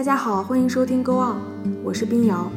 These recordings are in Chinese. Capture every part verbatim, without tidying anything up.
家好，欢迎收听 Go On， 我是冰瑶。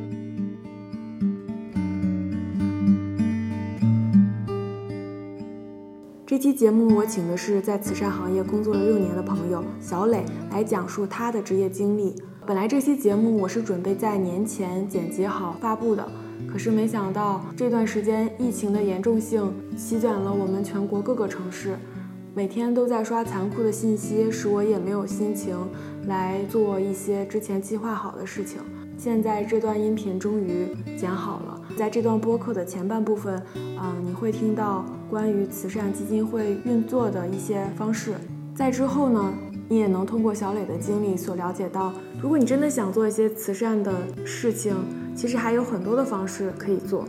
这期节目我请的是在慈善行业工作了六年的朋友小磊来讲述他的职业经历。本来这期节目我是准备在年前剪辑好发布的，可是没想到这段时间疫情的严重性席卷了我们全国各个城市，每天都在刷残酷的信息，使我也没有心情来做一些之前计划好的事情。现在这段音频终于剪好了，在这段播客的前半部分，嗯，你会听到关于慈善基金会运作的一些方式。在之后呢，你也能通过小磊的经历所了解到，如果你真的想做一些慈善的事情，其实还有很多的方式可以做。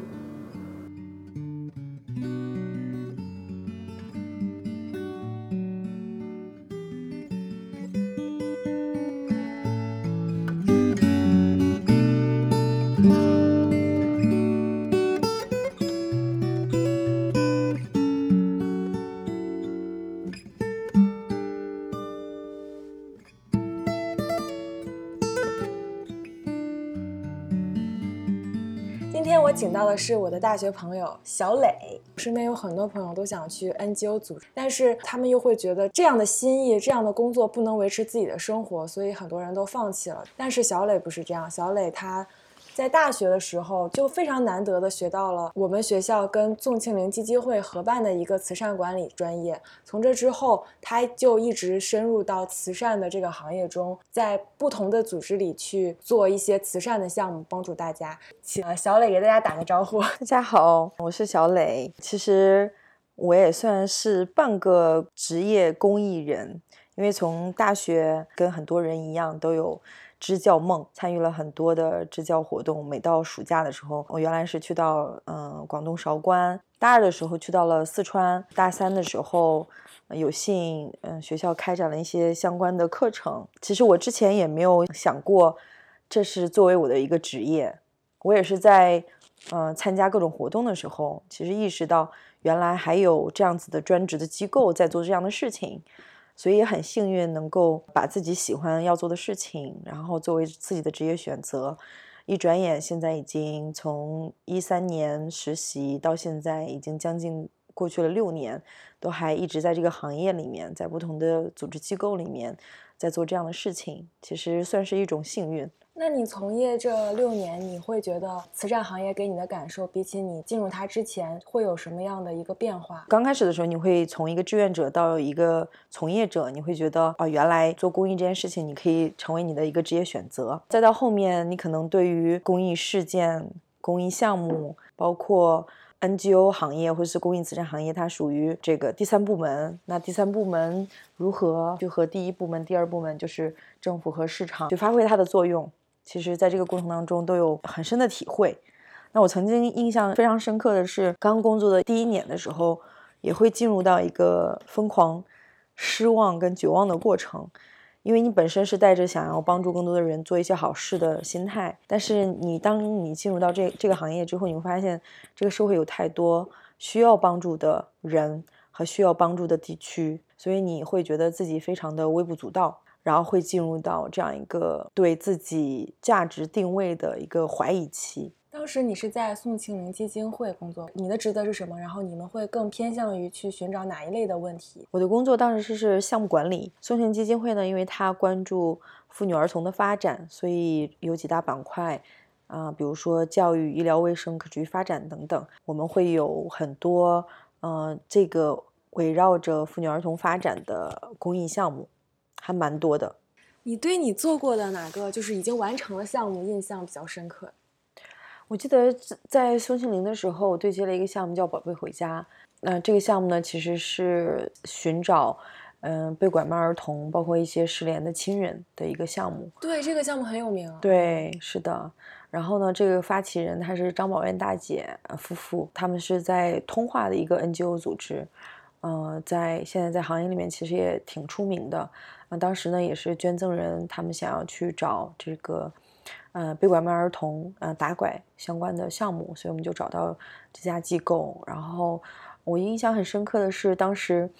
今天我请到的是我的大学朋友小磊。身边有很多朋友都想去 N G O 组织，但是他们又会觉得这样的心意，这样的工作不能维持自己的生活，所以很多人都放弃了。但是小磊不是这样，小磊他在大学的时候就非常难得的学到了我们学校跟宋庆龄基金会合办的一个慈善管理专业，从这之后他就一直深入到慈善的这个行业中，在不同的组织里去做一些慈善的项目，帮助大家。请小磊给大家打个招呼。 大家好，我是小磊。其实我也算是半个职业公益人，因为从大学跟很多人一样都有支教梦，参与了很多的支教活动。每到暑假的时候，我原来是去到嗯、呃、广东韶关，大二的时候去到了四川，大三的时候、呃、有幸嗯、呃、学校开展了一些相关的课程。其实我之前也没有想过这是作为我的一个职业，我也是在呃参加各种活动的时候，其实意识到原来还有这样子的专职的机构在做这样的事情。所以也很幸运能够把自己喜欢要做的事情，然后作为自己的职业选择。一转眼现在已经从一三年实习到现在已经将近过去了六年，都还一直在这个行业里面，在不同的组织机构里面在做这样的事情，其实算是一种幸运。 那你从业这六年，你会觉得慈善行业给你的感受比起你进入它之前会有什么样的一个变化？ 刚开始的时候，你会从一个志愿者到一个从业者，你会觉得啊，原来做公益这件事情你可以成为你的一个职业选择。再到后面，你可能对于公益事件、公益项目，包括 N G O 行业或者是公益慈善行业，它属于这个第三部门。那第三部门如何去和第一部门、第二部门，就是政府和市场，去发挥它的作用？其实在这个过程当中都有很深的体会。那我曾经印象非常深刻的是，刚工作的第一年的时候，也会进入到一个疯狂失望跟绝望的过程。因为你本身是带着想要帮助更多的人做一些好事的心态，但是你当你进入到这这个行业之后，你会发现这个社会有太多需要帮助的人和需要帮助的地区，所以你会觉得自己非常的微不足道，然后会进入到这样一个对自己价值定位的一个怀疑期。 当时你是在宋庆龄基金会工作，你的职责是什么？然后你们会更偏向于去寻找哪一类的问题？ 我的工作当时是项目管理。宋庆龄基金会呢，因为它关注妇女儿童的发展，所以有几大板块啊、呃，比如说教育、医疗卫生、可持续发展等等。我们会有很多呃这个围绕着妇女儿童发展的公益项目，还蛮多的。 你对你做过的哪个就是已经完成的项目印象比较深刻？ 我记得在宋庆龄的时候，我对接了一个项目叫“宝贝回家”。那这个项目呢，其实是寻找，嗯、呃，被拐卖儿童，包括一些失联的亲人的一个项目。 对，这个项目很有名啊。 对，是的。然后呢，这个发起人他是张宝燕大姐夫妇，他们是在通化的一个 N G O 组织，呃，在现在在行业里面其实也挺出名的。呃、当时呢，也是捐赠人他们想要去找这个。呃，被拐卖儿童呃打拐相关的项目，所以我们就找到这家机构。然后我印象很深刻的是，当时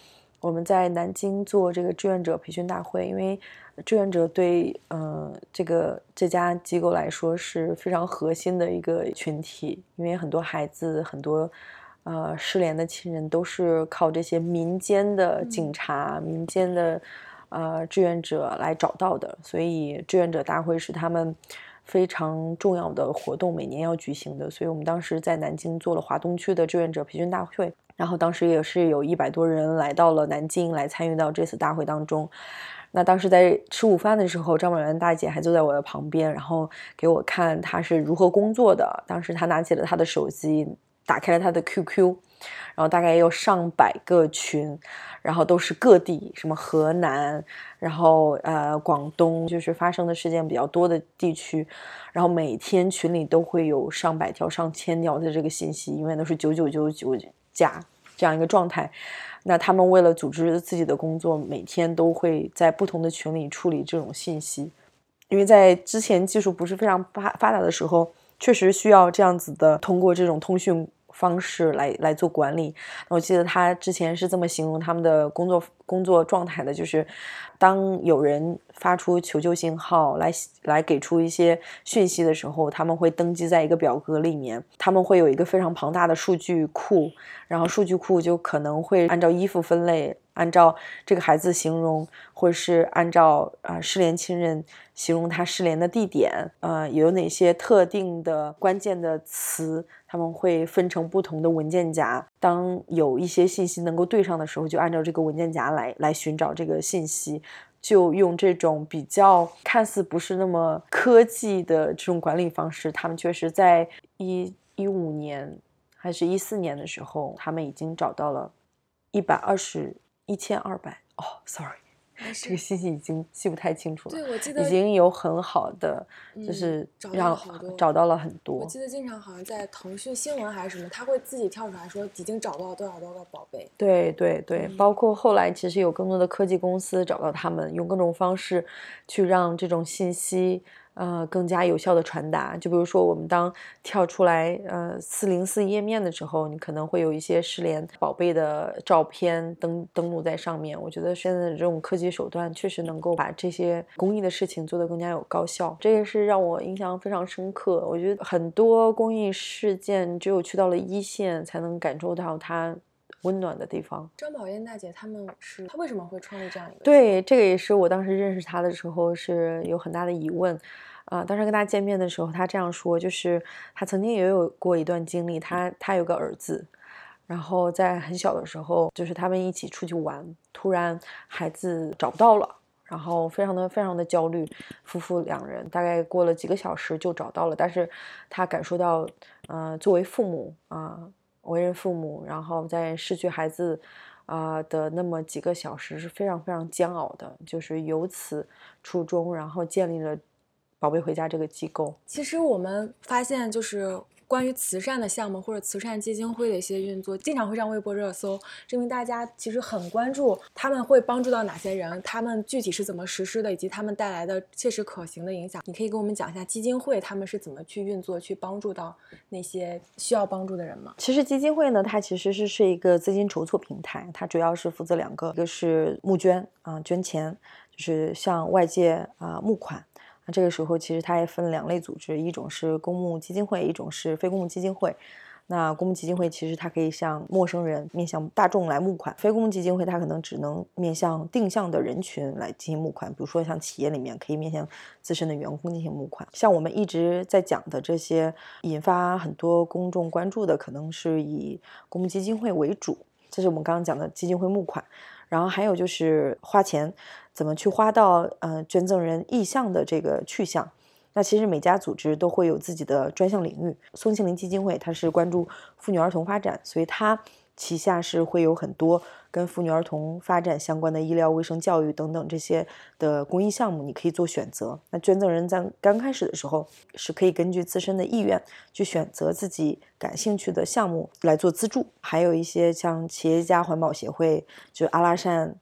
我们在南京做这个志愿者培训大会，因为志愿者对呃这个这家机构来说是非常核心的一个群体，因为很多孩子很多呃失联的亲人都是靠这些民间的警察、嗯、民间的呃志愿者来找到的，所以志愿者大会是他们非常重要的活动，每年要举行的。所以我们当时在南京做了华东区的志愿者培训大会，然后当时也是有一百多人来到了南京来参与到这次大会当中。那当时在吃午饭的时候，张宝元大姐还坐在我的旁边，然后给我看她是如何工作的。当时她拿起了她的手机，打开了她的 Q Q， 然后大概有上百个群，然后都是各地，什么河南，然后呃广东，就是发生的事件比较多的地区，然后每天群里都会有上百条、上千条的这个信息，因为都是九九九九加这样一个状态。那他们为了组织自己的工作，每天都会在不同的群里处理这种信息，因为在之前技术不是非常发发达的时候，确实需要这样子的通过这种通讯方式来来做管理。我记得他之前是这么形容他们的工作工作状态的，就是当有人发出求救信号来来给出一些讯息的时候，他们会登记在一个表格里面，他们会有一个非常庞大的数据库，然后数据库就可能会按照衣服分类，按照这个孩子形容，或者是按照啊、呃、失联亲人形容他失联的地点，呃有哪些特定的关键的词，他们会分成不同的文件夹，当有一些信息能够对上的时候，就按照这个文件夹来来寻找这个信息，就用这种比较看似不是那么科技的这种管理方式。他们确实在一一五年还是一四年的时候，他们已经找到了一百二十一千二百哦 ，sorry。这个信息已经记不太清楚了。 对，我记得已经有很好的，就是让、 嗯、 找到了很多。 我记得经常好像在腾讯新闻还是什么，他会自己跳出来说已经找到多少多少个宝贝。 对对对、嗯，包括后来其实有更多的科技公司找到他们，用各种方式去让这种信息呃更加有效的传达。就比如说我们当跳出来呃四零四页面的时候，你可能会有一些失联宝贝的照片登登录在上面。我觉得现在的这种科技手段确实能够把这些公益的事情做得更加有高效，这也是让我印象非常深刻。我觉得很多公益事件只有去到了一线才能感受到它温暖的地方。 张宝燕大姐他们是她为什么会创立这样一个？ 对，这个也是我当时认识她的时候是有很大的疑问啊、呃。当时跟她见面的时候，她这样说，就是她曾经也有过一段经历，她她有个儿子，然后在很小的时候，就是他们一起出去玩，突然孩子找不到了，然后非常的非常的焦虑，夫妇两人大概过了几个小时就找到了，但是他感受到呃作为父母啊、呃、为人父母，然后在失去孩子啊、呃、的那么几个小时是非常非常煎熬的，就是由此初衷，然后建立了宝贝回家这个机构。 其实我们发现就是关于慈善的项目或者慈善基金会的一些运作，经常会上微博热搜，证明大家其实很关注他们会帮助到哪些人，他们具体是怎么实施的，以及他们带来的切实可行的影响。你可以给我们讲一下基金会他们是怎么去运作，去帮助到那些需要帮助的人吗？ 其实基金会呢，它其实是是一个资金筹措平台，它主要是负责两个，一个是募捐啊、呃，捐钱，就是向外界啊、呃、募款。那这个时候其实它也分两类组织，一种是公募基金会，一种是非公募基金会。那公募基金会其实它可以向陌生人、面向大众来募款，非公募基金会它可能只能面向定向的人群来进行募款，比如说像企业里面可以面向自身的员工进行募款。像我们一直在讲的这些引发很多公众关注的，可能是以公募基金会为主，这是我们刚刚讲的基金会募款。然后还有就是花钱怎么去花到呃捐赠人意向的这个去向。那其实每家组织都会有自己的专项领域，宋庆龄基金会它是关注妇女儿童发展，所以它旗下是会有很多跟妇女儿童发展相关的医疗卫生教育等等这些的公益项目，你可以做选择。那捐赠人在刚开始的时候是可以根据自身的意愿去选择自己感兴趣的项目来做资助。还有一些像企业家环保协会，就阿拉善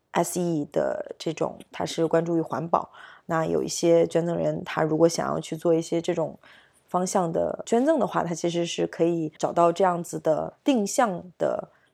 S E 的这种，它是关注于环保。那有一些捐赠人，他如果想要去做一些这种方向的捐赠的话，他其实是可以找到这样子的定向的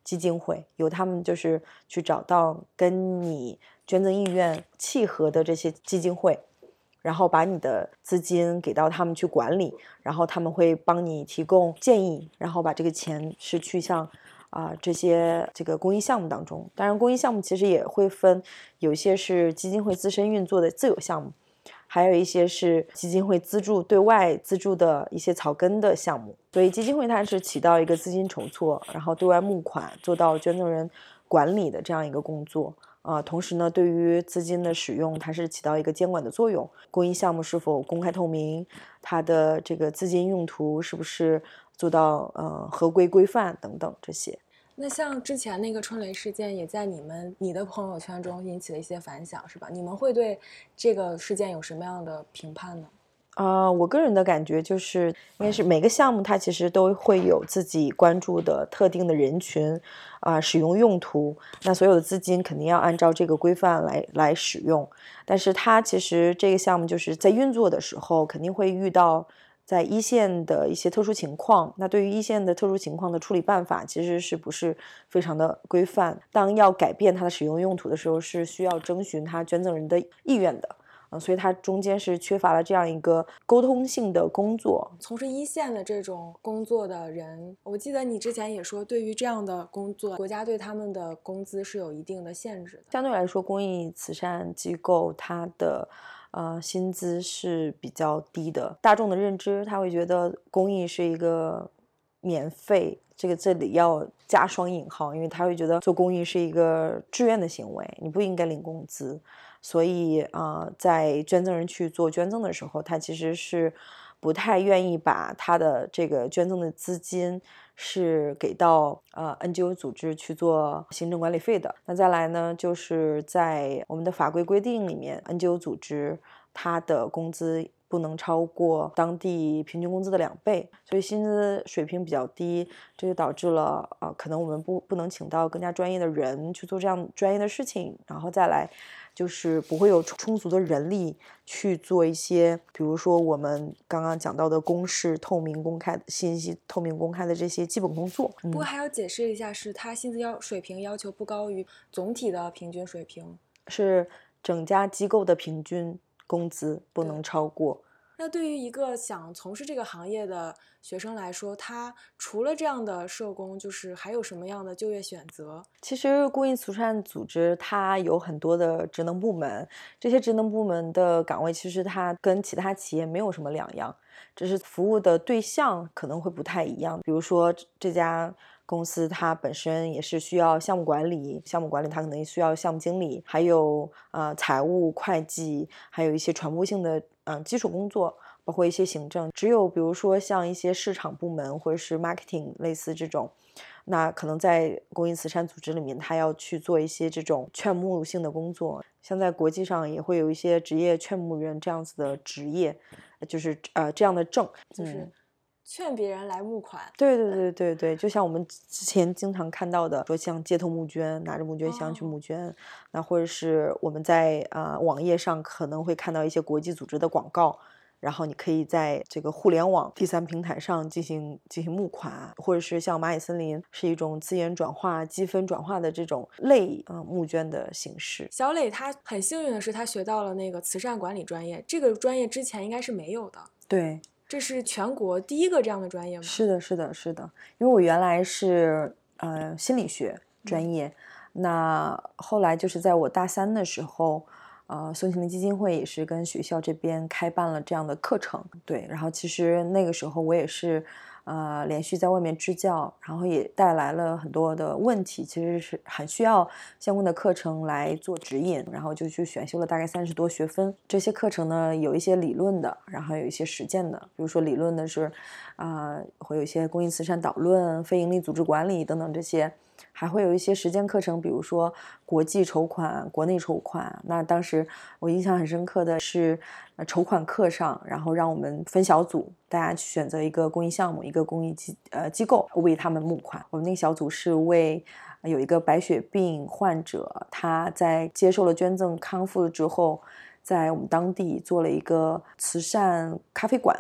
基金会，由他们就是去找到跟你捐赠意愿契合的这些基金会，然后把你的资金给到他们去管理，然后他们会帮你提供建议，然后把这个钱是去向啊、呃、这些这个公益项目当中。当然公益项目其实也会分，有一些是基金会自身运作的自有项目，还有一些是基金会资助对外资助的一些草根的项目。所以基金会它是起到一个资金筹措，然后对外募款，做到捐赠人管理的这样一个工作。啊、呃，同时呢，对于资金的使用，它是起到一个监管的作用。公益项目是否公开透明，它的这个资金用途是不是做到呃合规规范等等这些。 那像之前那个春雷事件，也在你们你的朋友圈中引起了一些反响，是吧？你们会对这个事件有什么样的评判呢？ 啊、呃，我个人的感觉就是，应该是每个项目它其实都会有自己关注的特定的人群，啊、呃，使用用途。那所有的资金肯定要按照这个规范来来使用。但是它其实这个项目就是在运作的时候，肯定会遇到在一线的一些特殊情况。那对于一线的特殊情况的处理办法，其实是不是非常的规范？当要改变它的使用用途的时候，是需要征询它捐赠人的意愿的。所以它中间是缺乏了这样一个沟通性的工作。 从事一线的这种工作的人，我记得你之前也说，对于这样的工作，国家对他们的工资是有一定的限制的。 相对来说，公益慈善机构它的呃薪资是比较低的。大众的认知，他会觉得公益是一个免费，这个这里要加双引号，因为他会觉得做公益是一个志愿的行为，你不应该领工资。所以啊、呃，在捐赠人去做捐赠的时候，他其实是不太愿意把他的这个捐赠的资金是给到呃 N G O 组织去做行政管理费的。那再来呢，就是在我们的法规规定里面 ，N G O 组织它的工资不能超过当地平均工资的两倍，所以薪资水平比较低，这就导致了呃，可能我们不不能请到更加专业的人去做这样专业的事情，然后再来就是不会有充足的人力去做一些，比如说我们刚刚讲到的公示、透明、公开信息、透明公开的这些基本工作。 不过还要解释一下，是他薪资要水平要求不高于总体的平均水平， 是整家机构的平均工资不能超过。 那对于一个想从事这个行业的学生来说，他除了这样的社工，就是还有什么样的就业选择？ 其实公益慈善组织它有很多的职能部门，这些职能部门的岗位其实它跟其他企业没有什么两样，只是服务的对象可能会不太一样。比如说这家公司它本身也是需要项目管理，项目管理它可能需要项目经理，还有呃财务、会计，还有一些传播性的嗯、呃、基础工作，包括一些行政。只有比如说像一些市场部门或者是 marketing 类似这种，那可能在公益慈善组织里面，他要去做一些这种劝募性的工作。像在国际上也会有一些职业劝募人这样子的职业，就是呃这样的证， 就是劝别人来募款。 嗯、对对对对对，就像我们之前经常看到的，说像街头募捐，拿着募捐箱去募捐，哦、那或者是我们在啊、呃、网页上可能会看到一些国际组织的广告。然后你可以在这个互联网第三平台上进行进行募款，或者是像蚂蚁森林是一种资源转化、积分转化的这种类呃募捐的形式。 小磊他很幸运的是，他学到了那个慈善管理专业，这个专业之前应该是没有的。 对， 这是全国第一个这样的专业吗？ 是的，是的，是的。因为我原来是呃心理学专业，嗯、那后来就是在我大三的时候。呃，宋庆龄基金会也是跟学校这边开办了这样的课程，对，然后其实那个时候我也是，呃，连续在外面支教，然后也带来了很多的问题，其实是很需要相关的课程来做指引，然后就去选修了大概三十多学分。这些课程呢，有一些理论的，然后有一些实践的，比如说理论的是，啊、呃，会有一些公益慈善导论、非营利组织管理等等这些。还会有一些实践课程，比如说国际筹款、国内筹款。那当时我印象很深刻的是，呃，筹款课上，然后让我们分小组，大家去选择一个公益项目、一个公益机呃机构，为他们募款。我们那个小组是为有一个白血病患者，他在接受了捐赠康复了之后，在我们当地做了一个慈善咖啡馆。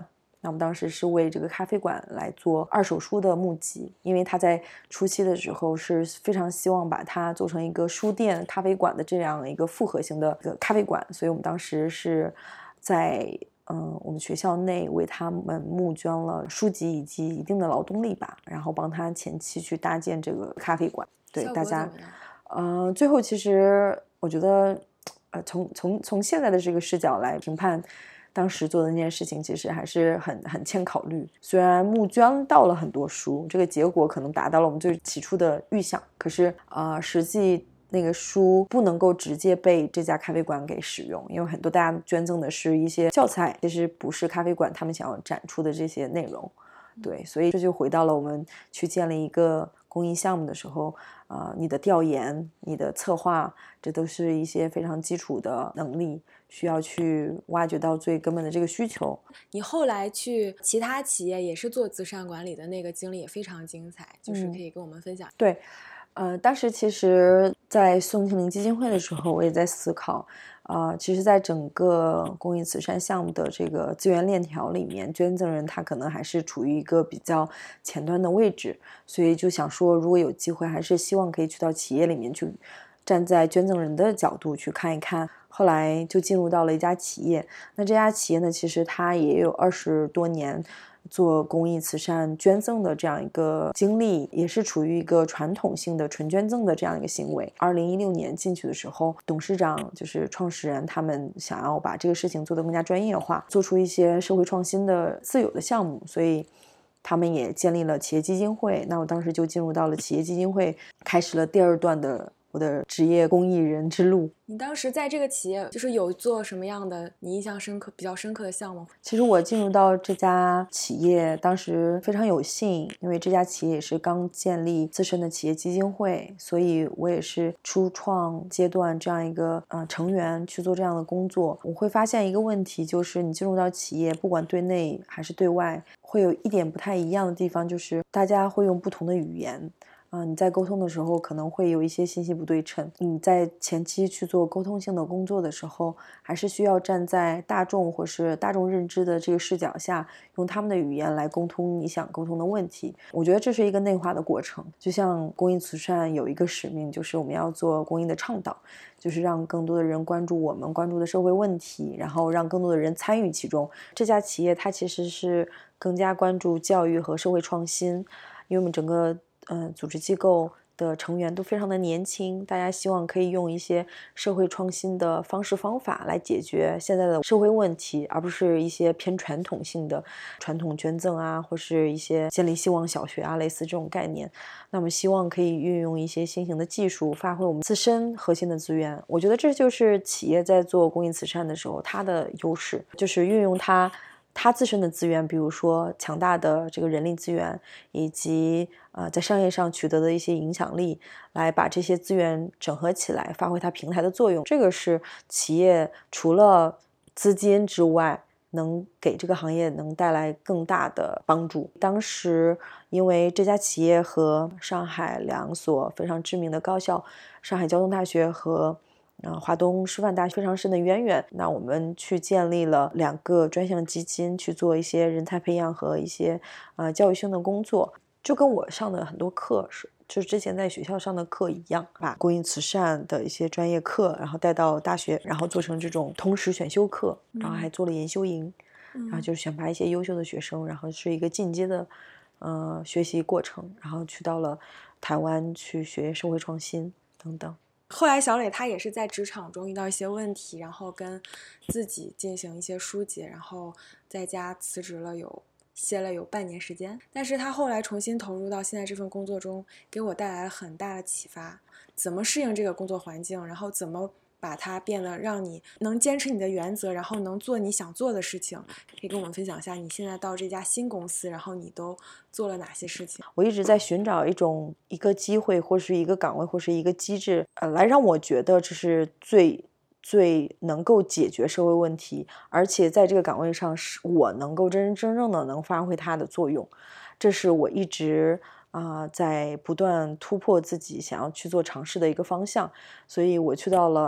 那我们当时是为这个咖啡馆来做二手书的募集，因为他在初期的时候是非常希望把它做成一个书店咖啡馆的这样一个复合型的一个咖啡馆，所以我们当时是在嗯我们学校内为他们募捐了书籍以及一定的劳动力吧，然后帮他前期去搭建这个咖啡馆。对大家，呃，最后其实我觉得，呃，从从从现在的这个视角来评判。当时做的那件事情其实还是很很欠考虑，虽然募捐到了很多书，这个结果可能达到了我们最起初的预想，可是呃，实际那个书不能够直接被这家咖啡馆给使用，因为很多大家捐赠的是一些教材，其实不是咖啡馆他们想要展出的这些内容。对，所以这就回到了我们去建立一个公益项目的时候，呃，你的调研、你的策划，这都是一些非常基础的能力，需要去挖掘到最根本的这个需求。 你后来去其他企业也是做慈善管理的那个经历也非常精彩，就是可以跟我们分享。 嗯、对，呃，当时其实在宋庆龄基金会的时候，我也在思考，呃，其实在整个公益慈善项目的这个资源链条里面，捐赠人他可能还是处于一个比较前端的位置，所以就想说，如果有机会，还是希望可以去到企业里面去，站在捐赠人的角度去看一看。后来就进入到了一家企业，那这家企业呢，其实它也有二十多年做公益慈善捐赠的这样一个经历，也是处于一个传统性的纯捐赠的这样一个行为。二零一六年进去的时候，董事长就是创始人，他们想要把这个事情做得更加专业化，做出一些社会创新的自有的项目，所以他们也建立了企业基金会。那我当时就进入到了企业基金会，开始了第二段的我的职业公益人之路。 你当时在这个企业就是有做什么样的你印象深刻比较深刻的项目？ 其实我进入到这家企业当时非常有幸，因为这家企业也是刚建立自身的企业基金会，所以我也是初创阶段这样一个呃成员去做这样的工作。我会发现一个问题，就是你进入到企业，不管对内还是对外，会有一点不太一样的地方，就是大家会用不同的语言。啊、呃，你在沟通的时候可能会有一些信息不对称。你在前期去做沟通性的工作的时候，还是需要站在大众或是大众认知的这个视角下，用他们的语言来沟通你想沟通的问题。我觉得这是一个内化的过程。就像公益慈善有一个使命，就是我们要做公益的倡导，就是让更多的人关注我们关注的社会问题，然后让更多的人参与其中。这家企业它其实是更加关注教育和社会创新，因为我们整个嗯，组织机构的成员都非常的年轻，大家希望可以用一些社会创新的方式方法来解决现在的社会问题，而不是一些偏传统性的传统捐赠啊，或是一些建立希望小学啊，类似这种概念。那么希望可以运用一些新型的技术，发挥我们自身核心的资源。我觉得这就是企业在做公益慈善的时候它的优势，就是运用它它自身的资源，比如说强大的这个人力资源，以及呃在商业上取得的一些影响力，来把这些资源整合起来，发挥它平台的作用。这个是企业除了资金之外，能给这个行业能带来更大的帮助。当时因为这家企业和上海两所非常知名的高校，上海交通大学和呃，华东师范大学非常深的渊源，那我们去建立了两个专项基金，去做一些人才培养和一些呃教育性的工作，就跟我上的很多课是，就是之前在学校上的课一样，把公益慈善的一些专业课，然后带到大学，然后做成这种通识选修课，然后还做了研修营，嗯、然后就是选拔一些优秀的学生，然后是一个进阶的呃学习过程，然后去到了台湾去学社会创新等等。 后来小磊他也是在职场中遇到一些问题，然后跟自己进行一些疏解，然后在家辞职了，有歇了有半年时间。但是他后来重新投入到现在这份工作中，给我带来了很大的启发。怎么适应这个工作环境，然后怎么把它变得让你能坚持你的原则，然后能做你想做的事情。可以跟我们分享一下你现在到这家新公司，然后你都做了哪些事情？ 我一直在寻找一种一个机会，或是一个岗位，或是一个机制，呃，来让我觉得这是最最能够解决社会问题，而且在这个岗位上是我能够真真正正的能发挥它的作用。这是我一直啊、呃、在不断突破自己想要去做尝试的一个方向。所以我去到了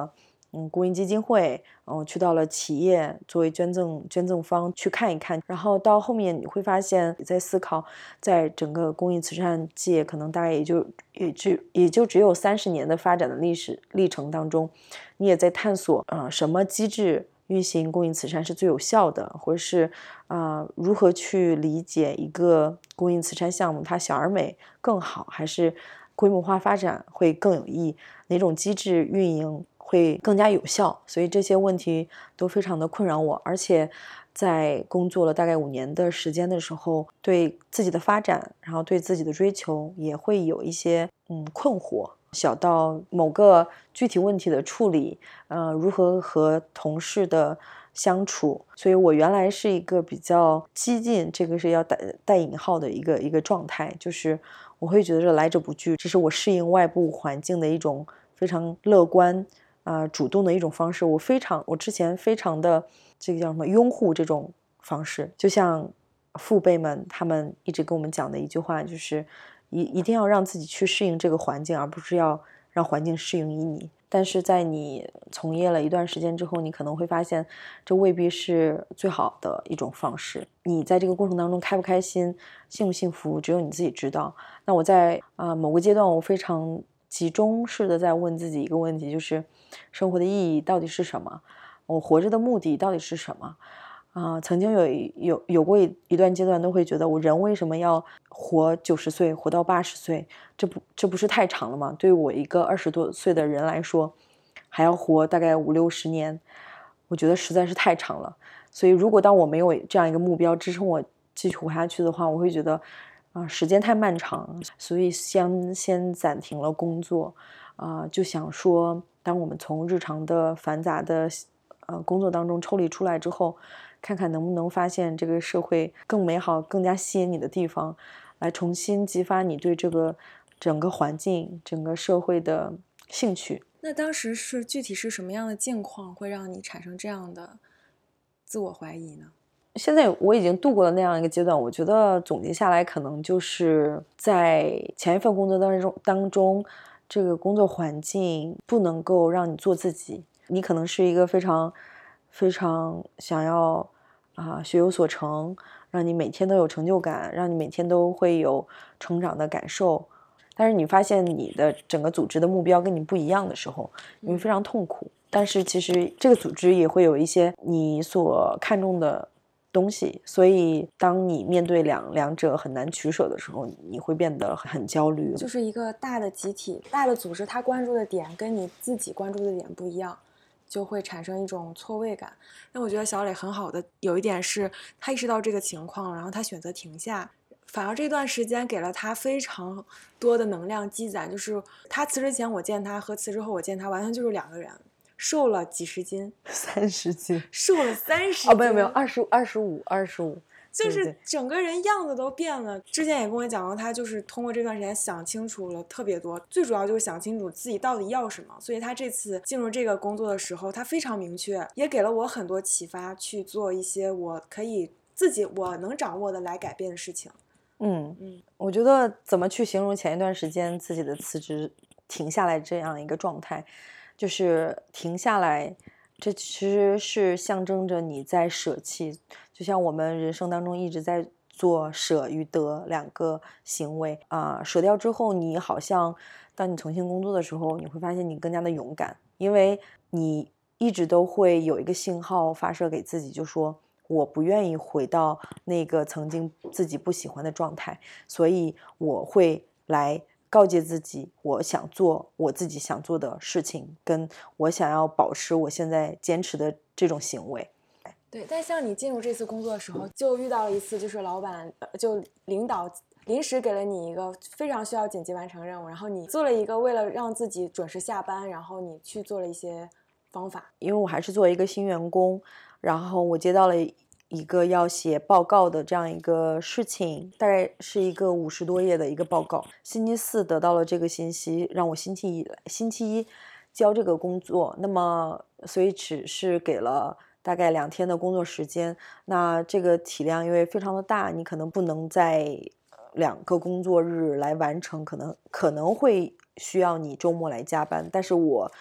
嗯公益基金会，嗯去到了企业作为捐赠捐赠方去看一看，然后到后面你会发现你在思考，在整个公益慈善界可能大概也就也就也就只有三十年的发展的历史历程当中，你也在探索呃什么机制运行公益慈善是最有效的，或者是啊、呃、如何去理解一个公益慈善项目它小而美更好，还是规模化发展会更有益，哪种机制运营会更加有效。所以这些问题都非常的困扰我，而且在工作了大概五年的时间的时候，对自己的发展，然后对自己的追求也会有一些嗯困惑，小到某个具体问题的处理，呃，如何和同事的相处。所以我原来是一个比较激进，这个是要带带引号的一个一个状态，就是我会觉得来者不拒，这是我适应外部环境的一种非常乐观啊、呃、主动的一种方式。我非常我之前非常的这个叫什么拥护这种方式，就像父辈们他们一直跟我们讲的一句话，就是一一定要让自己去适应这个环境，而不是要让环境适应于你。但是在你从业了一段时间之后，你可能会发现这未必是最好的一种方式。你在这个过程当中开不开心，幸不幸福，只有你自己知道。那我在啊、呃、某个阶段，我非常集中式的在问自己一个问题，就是生活的意义到底是什么？我活着的目的到底是什么？啊、呃，曾经有有有过一一段阶段，都会觉得我人为什么要活九十岁，活到八十岁？这不这不是太长了吗？对于我一个二十多岁的人来说，还要活大概五六十年，我觉得实在是太长了。所以，如果当我没有这样一个目标支撑我继续活下去的话，我会觉得啊、呃，时间太漫长，所以先先暂停了工作，啊、呃，就想说，当我们从日常的繁杂的呃工作当中抽离出来之后，看看能不能发现这个社会更美好、更加吸引你的地方，来重新激发你对这个整个环境、整个社会的兴趣。 那当时是具体是什么样的境况会让你产生这样的自我怀疑呢？ 现在我已经度过了那样一个阶段，我觉得总结下来，可能就是在前一份工作当中当中，这个工作环境不能够让你做自己。你可能是一个非常非常想要啊、学有所成，让你每天都有成就感，让你每天都会有成长的感受。但是你发现你的整个组织的目标跟你不一样的时候，你会非常痛苦。但是其实这个组织也会有一些你所看重的东西，所以当你面对两两者很难取舍的时候，你会变得很焦虑。 就是一个大的集体、大的组织，它关注的点跟你自己关注的点不一样，就会产生一种错位感。那我觉得小磊很好的有一点是，他意识到这个情况，然后他选择停下。反而这段时间给了他非常多的能量积攒，就是他辞职前我见他和辞职后我见他完全就是两个人，瘦了几十斤， 三十斤， 瘦了三十斤， 哦，没有没有，二十五，二十五，二十五， 就是整个人样子都变了。之前也跟我讲过，他就是通过这段时间想清楚了特别多，最主要就是想清楚自己到底要什么。所以他这次进入这个工作的时候，他非常明确，也给了我很多启发，去做一些我可以自己我能掌握的来改变的事情。 嗯嗯，我觉得怎么去形容前一段时间自己的辞职停下来这样一个状态，就是停下来，这其实是象征着你在舍弃，就像我们人生当中一直在做舍与得两个行为啊、呃，舍掉之后，你好像当你重新工作的时候，你会发现你更加的勇敢，因为你一直都会有一个信号发射给自己，就说我不愿意回到那个曾经自己不喜欢的状态，所以我会来告诫自己，我想做我自己想做的事情，跟我想要保持我现在坚持的这种行为。 对，但像你进入这次工作的时候，就遇到了一次，就是老板就领导临时给了你一个非常需要紧急完成任务，然后你做了一个为了让自己准时下班，然后你去做了一些方法。 因为我还是作为一个新员工，然后我接到了一个要写报告的这样一个事情，大概是一个五十多页的一个报告。星期四得到了这个信息，让我星期一星期一交这个工作，那么所以只是给了大概两天的工作时间。那这个体量因为非常的大，你可能不能在两个工作日来完成，可能可能会需要你周末来加班，但是我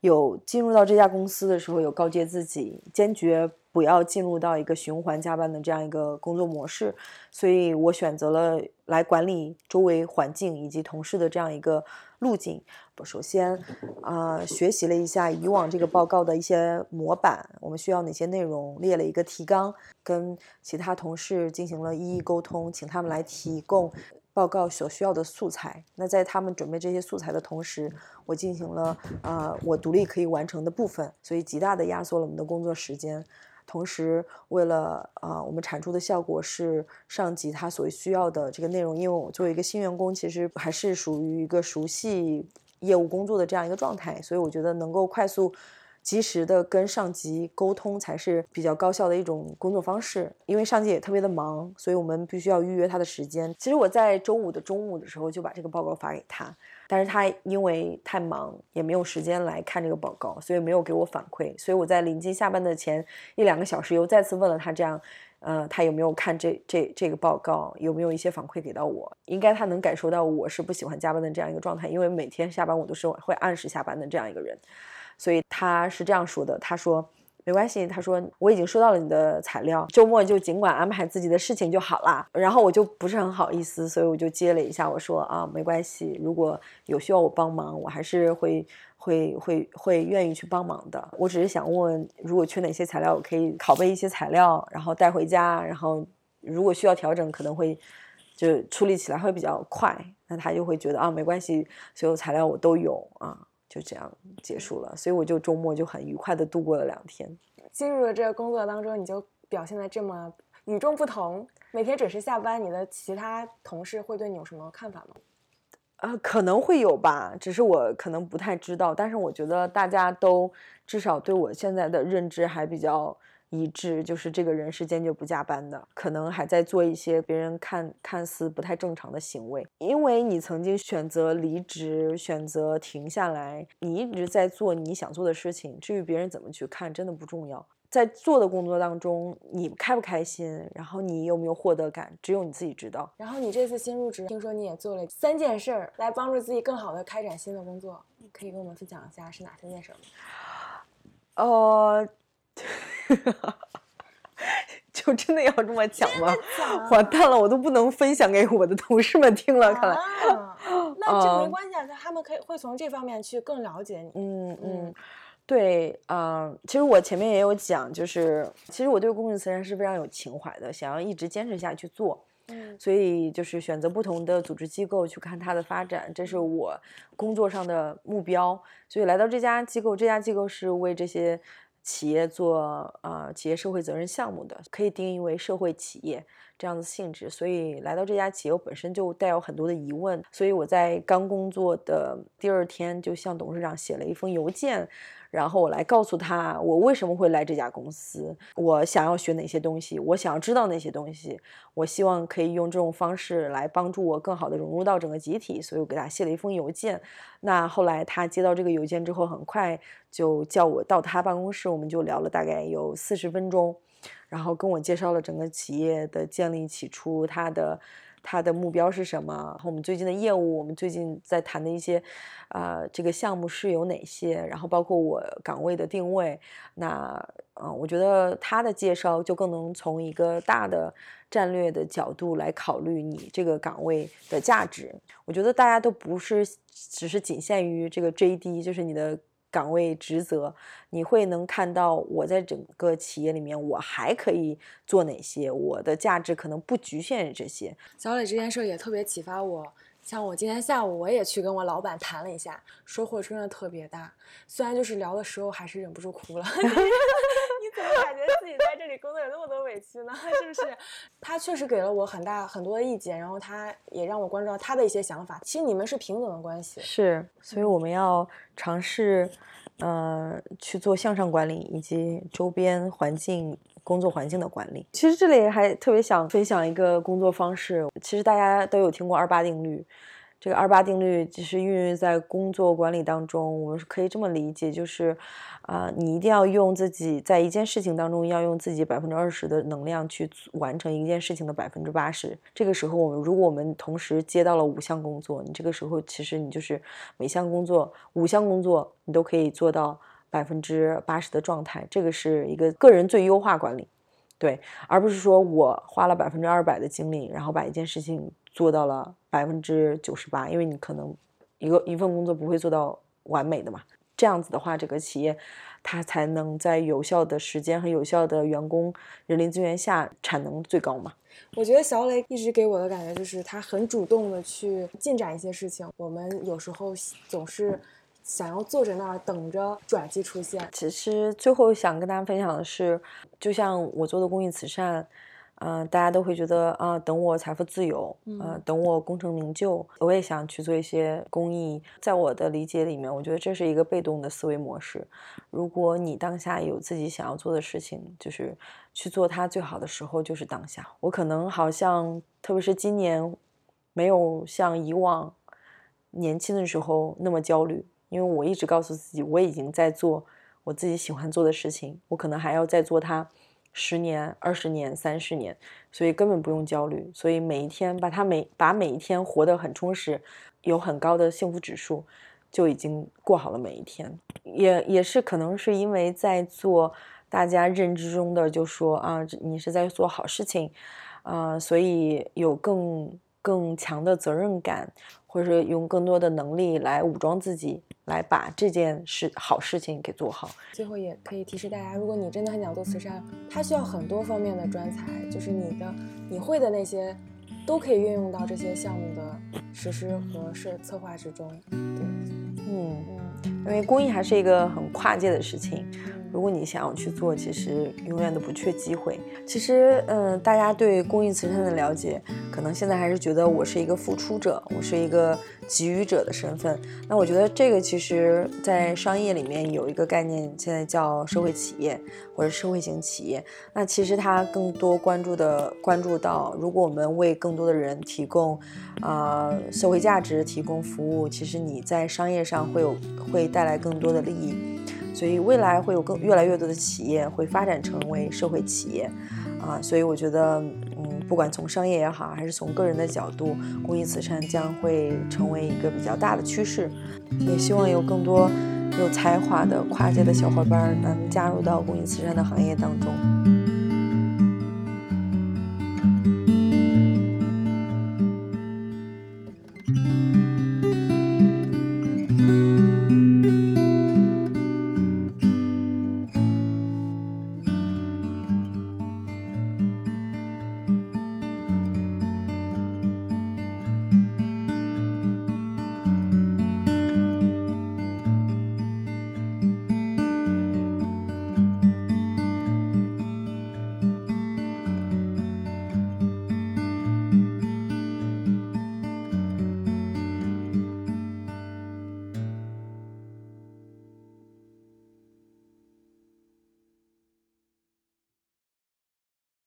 有进入到这家公司的时候有告诫自己，坚决不要进入到一个循环加班的这样一个工作模式，所以我选择了来管理周围环境以及同事的这样一个路径。首先啊、呃，学习了一下以往这个报告的一些模板，我们需要哪些内容，列了一个提纲，跟其他同事进行了一一沟通，请他们来提供报告所需要的素材。那在他们准备这些素材的同时，我进行了啊、呃、我独立可以完成的部分，所以极大的压缩了我们的工作时间。同时为了啊、呃、我们产出的效果是上级他所需要的这个内容，因为我作为一个新员工，其实还是属于一个熟悉业务工作的这样一个状态，所以我觉得能够快速及时的跟上级沟通才是比较高效的一种工作方式。因为上级也特别的忙，所以我们必须要预约他的时间。其实我在周五的中午的时候就把这个报告发给他，但是他因为太忙也没有时间来看这个报告，所以没有给我反馈。所以我在临近下班的前一两个小时又再次问了他，这样呃，他有没有看这这这个报告，有没有一些反馈给到我。应该他能感受到我是不喜欢加班的这样一个状态，因为每天下班我都是会按时下班的这样一个人。所以他是这样说的，他说没关系，他说我已经收到了你的材料，周末就尽管安排自己的事情就好啦。然后我就不是很好意思，所以我就接了一下，我说啊，没关系，如果有需要我帮忙，我还是会会会会愿意去帮忙的。我只是想问，如果缺哪些材料，我可以拷贝一些材料，然后带回家，然后如果需要调整，可能会就处理起来会比较快。那他就会觉得啊，没关系，所有材料我都有啊。就这样结束了，所以我就周末就很愉快的度过了两天。 进入了这个工作当中，你就表现得这么与众不同，每天准时下班，你的其他同事会对你有什么看法吗？ 呃，可能会有吧，只是我可能不太知道。但是我觉得大家都至少对我现在的认知还比较一致，就是这个人是坚决不加班的，可能还在做一些别人看看似不太正常的行为。因为你曾经选择离职，选择停下来，你一直在做你想做的事情，至于别人怎么去看真的不重要。在做的工作当中，你开不开心，然后你有没有获得感，只有你自己知道。 然后你这次新入职，听说你也做了三件事儿来帮助自己更好的开展新的工作，可以跟我们分享一下是哪三件事吗？ 呃就真的要这么讲吗？完蛋了，我都不能分享给我的同事们听了，看来。 啊，那这没关系啊，他们可以会从这方面去更了解你。 嗯嗯，对啊、呃，其实我前面也有讲，就是其实我对公益慈善是非常有情怀的，想要一直坚持下去做。 嗯， 所以就是选择不同的组织机构去看它的发展，这是我工作上的目标。所以来到这家机构，这家机构是为这些企业做啊、呃、企业社会责任项目的，可以定义为社会企业这样的性质。所以来到这家企业，我本身就带有很多的疑问，所以我在刚工作的第二天就向董事长写了一封邮件。然后我来告诉他我为什么会来这家公司，我想要学哪些东西，我想要知道哪些东西，我希望可以用这种方式来帮助我更好的融入到整个集体，所以我给他写了一封邮件。那后来他接到这个邮件之后，很快就叫我到他办公室，我们就聊了大概有四十分钟，然后跟我介绍了整个企业的建立起初他的它的目标是什么，我们最近的业务，我们最近在谈的一些呃这个项目是有哪些，然后包括我岗位的定位。那嗯、呃，我觉得他的介绍就更能从一个大的战略的角度来考虑你这个岗位的价值。我觉得大家都不是只是仅限于这个 J D， 就是你的岗位职责，你会能看到我在整个企业里面我还可以做哪些，我的价值可能不局限于这些。 小磊这件事也特别启发我，像我今天下午我也去跟我老板谈了一下，收获真的特别大，虽然就是聊的时候还是忍不住哭了你怎么感觉自己在这里工作有那么多委屈呢？是不是？他确实给了我很大很多的意见，然后他也让我关注到他的一些想法。其实你们是平等的关系， 是，所以我们要尝试，呃，去做向上管理以及周边环境、工作环境的管理。其实这里还特别想分享一个工作方式，其实大家都有听过二八定律。 这个二八定律其实运用在工作管理当中，我们是可以这么理解，就是啊、呃，你一定要用自己在一件事情当中要用自己百分之二十的能量去完成一件事情的百分之八十。这个时候，我们如果我们同时接到了五项工作，你这个时候其实你就是每项工作五项工作你都可以做到百分之八十的状态，这个是一个个人最优化管理。对，而不是说我花了百分之二百的精力，然后把一件事情做到了百分之九十八，因为你可能一个一份工作不会做到完美的嘛。这样子的话，这个企业它才能在有效的时间和有效的员工人力资源下产能最高嘛。 我觉得小磊一直给我的感觉就是他很主动的去进展一些事情，我们有时候总是想要坐在那儿等着转机出现。 其实最后想跟大家分享的是，就像我做的公益慈善，呃，大家都会觉得啊、呃，等我财富自由，呃，等我功成名就，我也想去做一些公益。在我的理解里面，我觉得这是一个被动的思维模式。如果你当下有自己想要做的事情，就是去做它，最好的时候就是当下。我可能好像，特别是今年，没有像以往年轻的时候那么焦虑。因为我一直告诉自己，我已经在做我自己喜欢做的事情，我可能还要再做它十年、二十年、三十年，所以根本不用焦虑。所以每一天把它每把每一天活得很充实，有很高的幸福指数，就已经过好了每一天。也也是可能是因为在做大家认知中的就说啊，你是在做好事情啊、呃，所以有更更强的责任感，或者是用更多的能力来武装自己，来把这件事好事情给做好。 最后也可以提示大家，如果你真的很想做慈善，它需要很多方面的专才，就是你的你会的那些都可以运用到这些项目的实施和设策划之中。对， 嗯嗯，因为公益还是一个很跨界的事情，如果你想要去做，其实永远都不缺机会。其实嗯、呃，大家对公益慈善的了解，可能现在还是觉得我是一个付出者，我是一个给予者的身份。那我觉得这个其实在商业里面有一个概念，现在叫社会企业或者社会型企业。那其实它更多关注的关注到，如果我们为更多的人提供呃社会价值，提供服务，其实你在商业上会有会带来更多的利益。所以未来会有更越来越多的企业会发展成为社会企业啊，所以我觉得嗯，不管从商业也好，还是从个人的角度，公益慈善将会成为一个比较大的趋势。也希望有更多有才华的跨界的小伙伴能加入到公益慈善的行业当中。